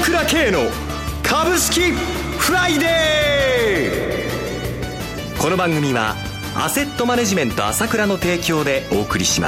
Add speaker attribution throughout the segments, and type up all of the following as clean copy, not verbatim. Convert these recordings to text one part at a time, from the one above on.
Speaker 1: 倉慶の株式フライデー。この番組はアセットマネジメント朝倉の提供でお送りします。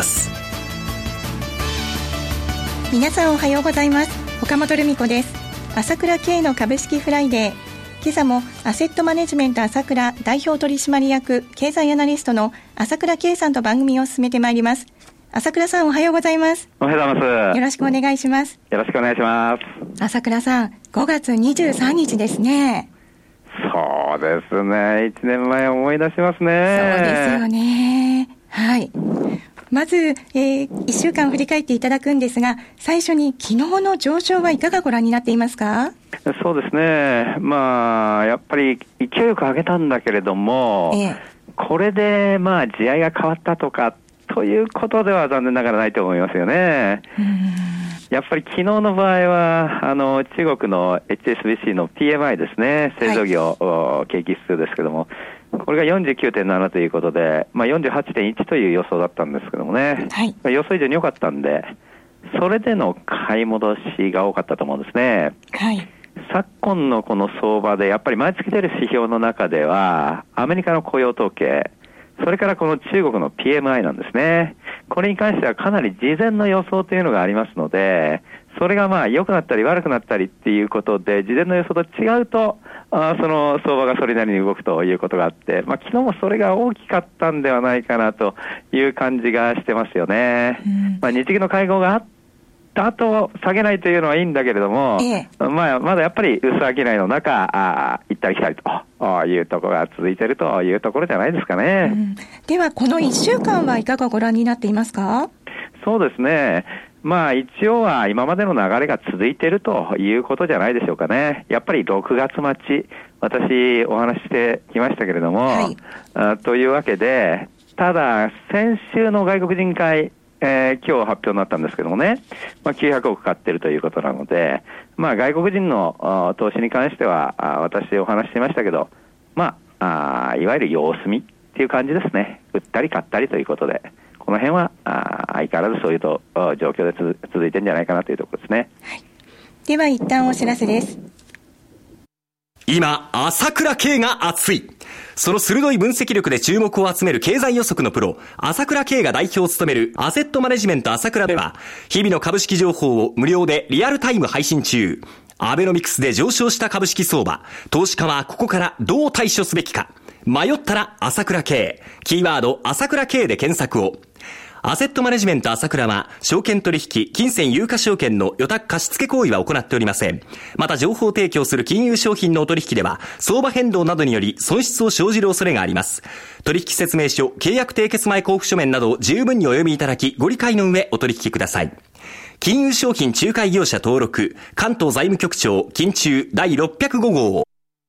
Speaker 2: 皆さんおはようございます。岡本留美子です。朝倉慶の株式フライデー。今朝もアセットマネジメント朝倉代表取締役経済アナリストの朝倉慶さんと番組を進めてまいります。朝倉さんおはようございます。
Speaker 3: おはようございます。
Speaker 2: よろしくお願いします。
Speaker 3: よろしくお願いします。
Speaker 2: 朝倉さん、5月23日ですね。
Speaker 3: そうですね。1年前思い出しますね。
Speaker 2: そうですよね。はい。まず、1週間振り返っていただくんですが、最初に昨日の上昇はいかがご覧になっていますか？
Speaker 3: そうですね。やっぱり勢いよく上げたんだけれども、これで地合いが変わったとかということでは残念ながらないと思いますよね。やっぱり昨日の場合は中国の HSBC の PMI ですね、製造業、景気指数ですけども、これが 49.7 ということで、48.1 という予想だったんですけどもね、予想以上に良かったんで、それでの買い戻しが多かったと思うんですね。昨今のこの相場でやっぱり毎月出る指標の中ではアメリカの雇用統計、それからこの中国の PMI なんですね。これに関してはかなり事前の予想というのがありますので、それが良くなったり悪くなったりっていうことで、事前の予想と違うと、その相場がそれなりに動くということがあって、昨日もそれが大きかったんではないかなという感じがしてますよね。日銀の会合があった後下げないというのはいいんだけれども、まだやっぱり薄商いの中、行ったり来たりというところが続いているというところじゃないですかね。
Speaker 2: ではこの1週間はいかがご覧になっていますか？
Speaker 3: そうですね。一応は今までの流れが続いているということじゃないでしょうかね。やっぱり6月待ち、私お話ししてきましたけれども、というわけで、ただ先週の外国人会、今日発表になったんですけどもね、900億買ってるということなので、外国人の投資に関しては私お話ししましたけど、いわゆる様子見っていう感じですね。売ったり買ったりということで、この辺は相変わらずそういう状況で続いてるんじゃないかなというところですね。
Speaker 2: では一旦お知らせです。
Speaker 1: 今朝倉慶が熱い。その鋭い分析力で注目を集める経済予測のプロ、朝倉慶が代表を務めるアセットマネジメント朝倉では、日々の株式情報を無料でリアルタイム配信中。アベノミクスで上昇した株式相場、投資家はここからどう対処すべきか。迷ったら朝倉慶、キーワード朝倉慶で検索を。アセットマネジメント朝倉は、証券取引、金銭有価証券の予託貸付行為は行っておりません。また情報提供する金融商品のお取引では、相場変動などにより損失を生じる恐れがあります。取引説明書、契約締結前交付書面などを十分にお読みいただき、ご理解の上お取引ください。金融商品仲介業者登録、関東財務局長、金中第605号。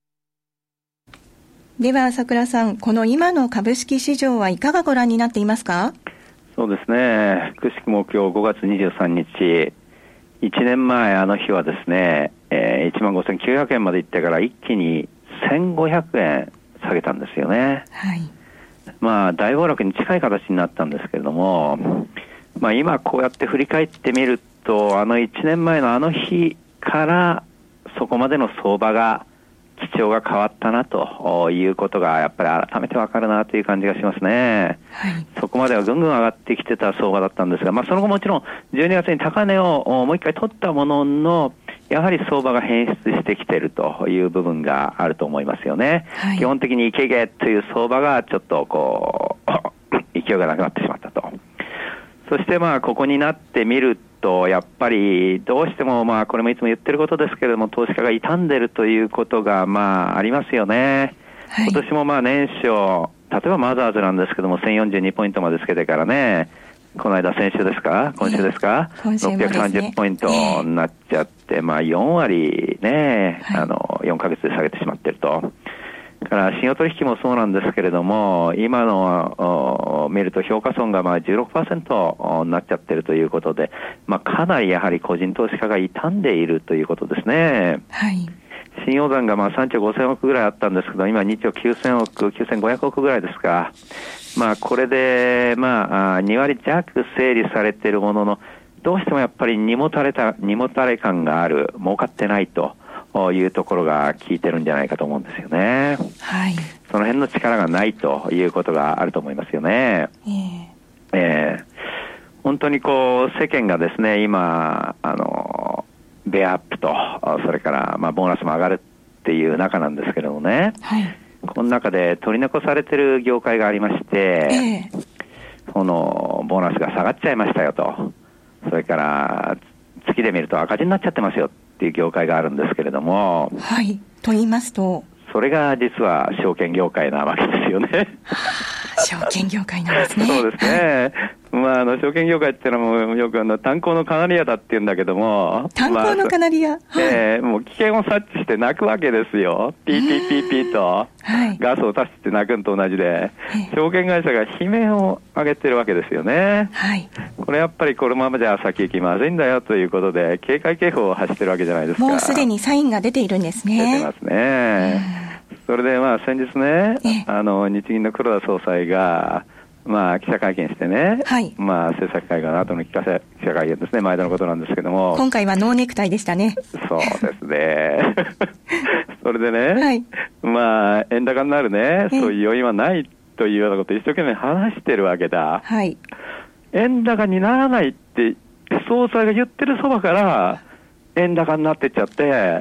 Speaker 2: では朝倉さん、この今の株式市場はいかがご覧になっていますか？
Speaker 3: そうですね。くしくも今日5月23日、1年前あの日はですね、15,900 円まで行ってから一気に1,500円下げたんですよね。大暴落に近い形になったんですけれども、今こうやって振り返ってみると、1年前のあの日からそこまでの相場が基調が変わったなということがやっぱり改めてわかるなという感じがしますね。そこまではぐんぐん上がってきてた相場だったんですが、その後もちろん12月に高値をもう一回取ったものの、やはり相場が変質してきているという部分があると思いますよね。基本的にいけいけという相場がちょっと勢いがなくなってしまったと。そしてここになってみると、やっぱりどうしてもこれもいつも言ってることですけれども、投資家が傷んでるということがありますよね。今年も年初、例えばマザーズなんですけども、1042ポイントまでつけてからね、この間先週ですか今週ですか、630ポイントになっちゃって、4割ね、4ヶ月で下げてしまっていると。から信用取引もそうなんですけれども、今の見ると評価損が16% になっちゃってるということで、かなりやはり個人投資家が傷んでいるということですね。信用残が3兆5000億ぐらいあったんですけど、今2兆9000億、9500億ぐらいですか。これで2割弱整理されているものの、 どうしてもやっぱり荷もたれ感がある、儲かってないというところが効いてるんじゃないかと思うんですよね。
Speaker 2: はい。
Speaker 3: その辺の力がないということがあると思いますよね。本当にこう世間がですね、今ベアアップと、それからボーナスも上がるっていう中なんですけどもね、
Speaker 2: はい、
Speaker 3: この中で取り残されてる業界がありまして、そのボーナスが下がっちゃいましたよと、それから月で見ると赤字になっちゃってますよっていう業界があるんですけれども、
Speaker 2: はい、と言いますと、
Speaker 3: それが実は証券業界なわけですよね。
Speaker 2: 証券業界なんですね。
Speaker 3: そうですね。証券業界っていうのはもうよく炭鉱のカナリアだって言うんだけども。
Speaker 2: 炭鉱のカナリア、
Speaker 3: もう危険を察知して鳴くわけですよ。ピーピーピーピーと、ガスを出して鳴くのと同じで、証券会社が悲鳴を上げてるわけですよね。これやっぱりこのままじゃ先行きまずいんだよということで、警戒警報を発してるわけじゃないですか。
Speaker 2: もうすでにサインが出ているんですね。
Speaker 3: 出てますね。それで先日ね、日銀の黒田総裁が、記者会見してね、政策会議の後の記者会見ですね、前田のことなんですけども。
Speaker 2: 今回はノーネクタイでしたね。
Speaker 3: そうですね。それでね、円高になるね、そういう余韻はないというようなことを一生懸命話してるわけだ。円高にならないって、総裁が言ってるそばから、円高になってっちゃって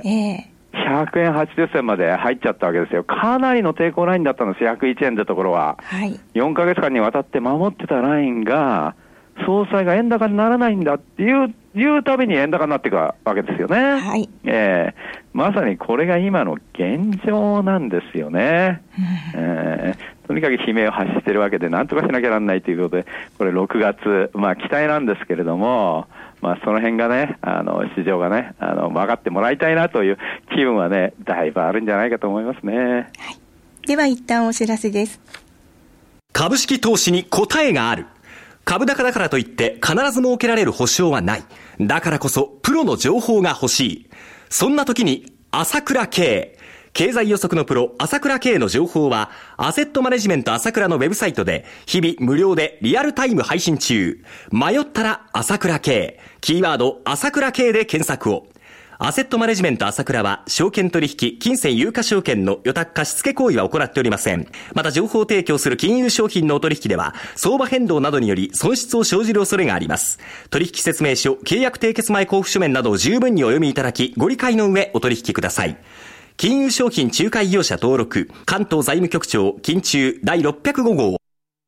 Speaker 3: 、100円80銭まで入っちゃったわけですよ。かなりの抵抗ラインだったんです、101円ってところは。4ヶ月間にわたって守ってたラインが、総裁が円高にならないんだっていうたびに円高になっていくわけですよね。まさにこれが今の現状なんですよね。とにかく悲鳴を発してるわけで、なんとかしなきゃならないということで、これ6月、期待なんですけれども、その辺がね、市場がね、分かってもらいたいなという気分はね、だいぶあるんじゃないかと思いますね。
Speaker 2: では一旦お知らせです。
Speaker 1: 株式投資に答えがある。株高だからといって必ず設けられる保証はない。だからこそプロの情報が欲しい。そんな時に朝倉慶。経済予測のプロ朝倉慶の情報はアセットマネジメント朝倉のウェブサイトで日々無料でリアルタイム配信中。迷ったら朝倉慶。キーワード朝倉慶で検索を。アセットマネジメント朝倉は証券取引、金銭有価証券の予託貸付行為は行っておりません。また情報提供する金融商品のお取引では相場変動などにより損失を生じる恐れがあります。取引説明書、契約締結前交付書面などを十分にお読みいただき、ご理解の上お取引ください。金融商品仲介業者登録、関東財務局長金中第605号。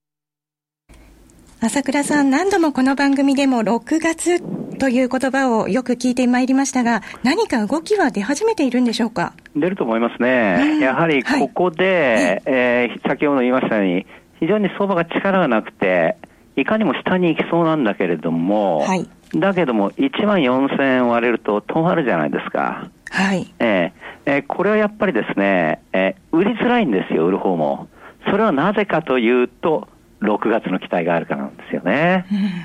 Speaker 2: 朝倉さん、何度もこの番組でも6月という言葉をよく聞いてまいりましたが、何か動きは出始めているんでしょうか？
Speaker 3: 出ると思いますね。やはりここで、先ほど言いましたように、非常に相場が力がなくて、いかにも下に行きそうなんだけれども、だけども14,000円割れると止まるじゃないですか。これはやっぱりですね、売りづらいんですよ、売る方も。それはなぜかというと、6月の期待があるからなんですよね。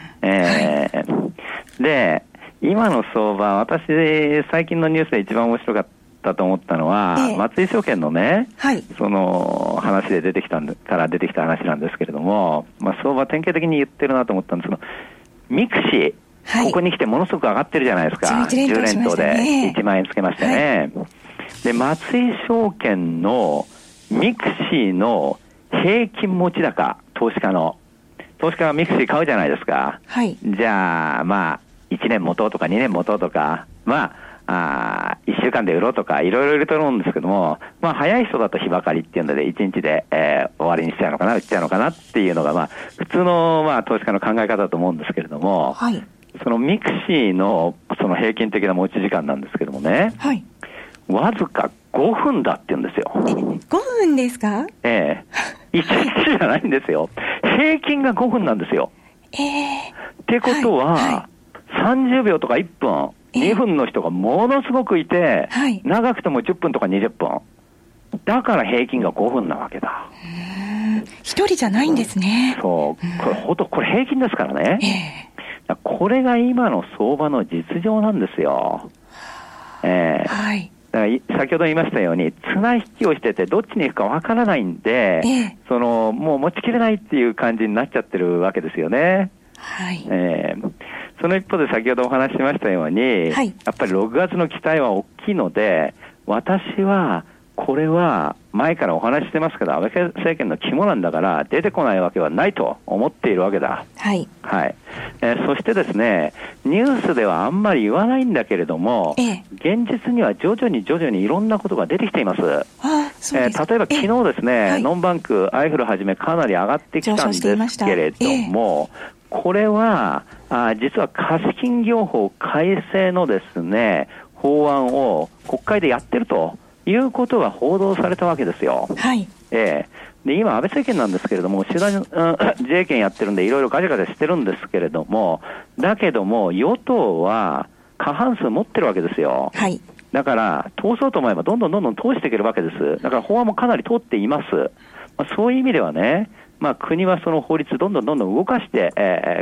Speaker 3: で、今の相場、私、最近のニュースで一番面白かったと思ったのは、松井証券のね、その話で出てきた話なんですけれども、相場典型的に言ってるなと思ったんですけど、ミクシー、ここに来てものすごく上がってるじゃないですか。10連投で1万円つけましたね。で、松井証券のミクシーの平均持ち高、投資家がミクシー買うじゃないですか。じゃあ、1年持とうとか2年持とうとか、1週間で売ろうとか、いろいろ入れてるんですけども、早い人だと日ばかりっていうので、1日で、終わりにしちゃうのかな、売っちゃうのかなっていうのが、普通の、投資家の考え方だと思うんですけれども、そのミクシーの、その平均的な持ち時間なんですけどもね、わずか5分だって言うんですよ。
Speaker 2: 5分ですか
Speaker 3: ？1日じゃないんですよ。平均が5分なんですよ。ってことは、30秒とか1分、2分の人がものすごくいて、長くても10分とか20分。だから平均が5分なわけだ。
Speaker 2: 一人じゃないんですね。
Speaker 3: そう。これ平均ですからね。これが今の相場の実情なんですよ。だから先ほど言いましたように、綱引きをしててどっちに行くかわからないんで、もう持ちきれないっていう感じになっちゃってるわけですよね。 その一方で先ほどお話ししましたように、やっぱり6月の期待は大きいので、私はこれは前からお話ししてますけど、安倍政権の肝なんだから出てこないわけはないと思っているわけだ。そしてですね、ニュースではあんまり言わないんだけれども、現実には徐々にいろんなことが出てきています。例えば昨日ですね、ノンバンク、アイフルはじめかなり上がってきたんですけれども、これは実は貸金業法改正のですね、法案を国会でやってるということが報道されたわけですよ。で今、安倍政権なんですけれども、自衛権やってるんで、いろいろガチャガチャしてるんですけれども、だけども、与党は過半数持ってるわけですよ。だから、通そうと思えば、どんどん通していけるわけです。だから、法案もかなり通っています。そういう意味ではね、国はその法律どんどん動かして、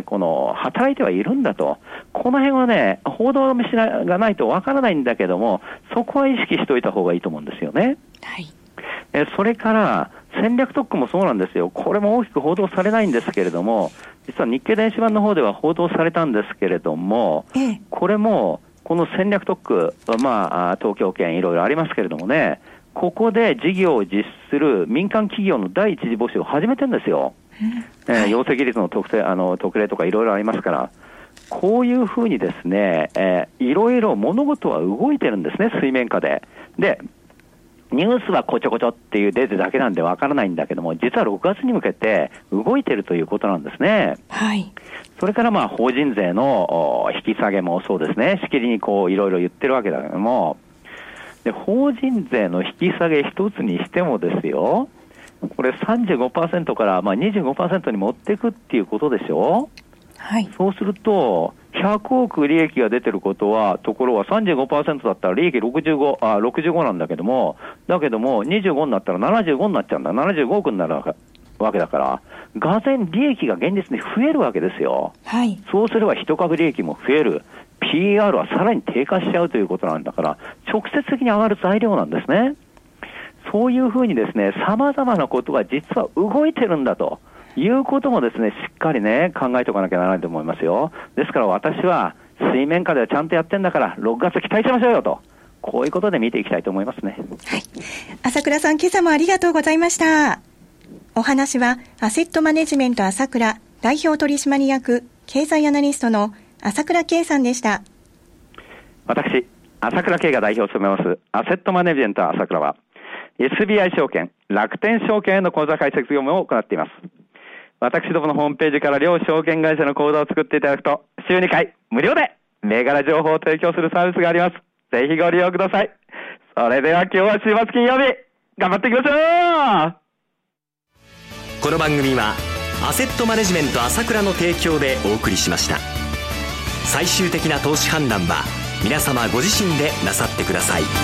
Speaker 3: 働いてはいるんだと。この辺はね、報道がないとわからないんだけども、そこは意識しておいた方がいいと思うんですよね。それから、戦略特区もそうなんですよ。これも大きく報道されないんですけれども、実は日経電子版の方では報道されたんですけれども、これも、この戦略特区、東京圏いろいろありますけれどもね、ここで事業を実施する民間企業の第一次募集を始めてるんですよ。容積率の特例とかいろいろありますから、こういうふうにですね、いろいろ物事は動いてるんですね、水面下で。で、ニュースはこちょこちょっていう出てだけなんでわからないんだけども、実は6月に向けて動いてるということなんですね。それから法人税の引き下げもそうですね、しきりにいろいろ言ってるわけだけども、で法人税の引き下げ一つにしてもですよ、これ 35% から、25% に持っていくっていうことでしょ。そうすると100億利益が出てるところは 35% だったら利益65なんだけども25になったら75になっちゃうんだ。75億になるわけだから、がぜん利益が現実に増えるわけですよ。そうすれば一株利益も増える。PR はさらに低下しちゃうということなんだから、直接的に上がる材料なんですね。そういうふうにですね、様々なことが実は動いてるんだということもですね、しっかりね、考えておかなきゃならないと思いますよ。ですから私は、水面下ではちゃんとやってんだから、6月期待しましょうよと。こういうことで見ていきたいと思いますね。
Speaker 2: 朝倉さん、今朝もありがとうございました。お話は、アセットマネジメント朝倉代表取締役経済アナリストの朝倉圭さんでした。
Speaker 3: 私、朝倉圭が代表を務めますアセットマネジメント朝倉は SBI 証券、楽天証券への口座開設業務を行っています。私どものホームページから両証券会社の口座を作っていただくと週2回無料で銘柄情報を提供するサービスがあります。ぜひご利用ください。それでは今日は週末金曜日、頑張っていきましょう。
Speaker 1: この番組はアセットマネジメント朝倉の提供でお送りしました。最終的な投資判断は皆様ご自身でなさってください。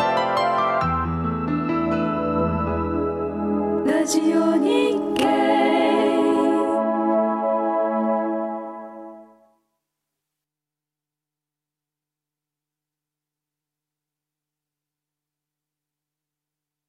Speaker 4: ラジオ日経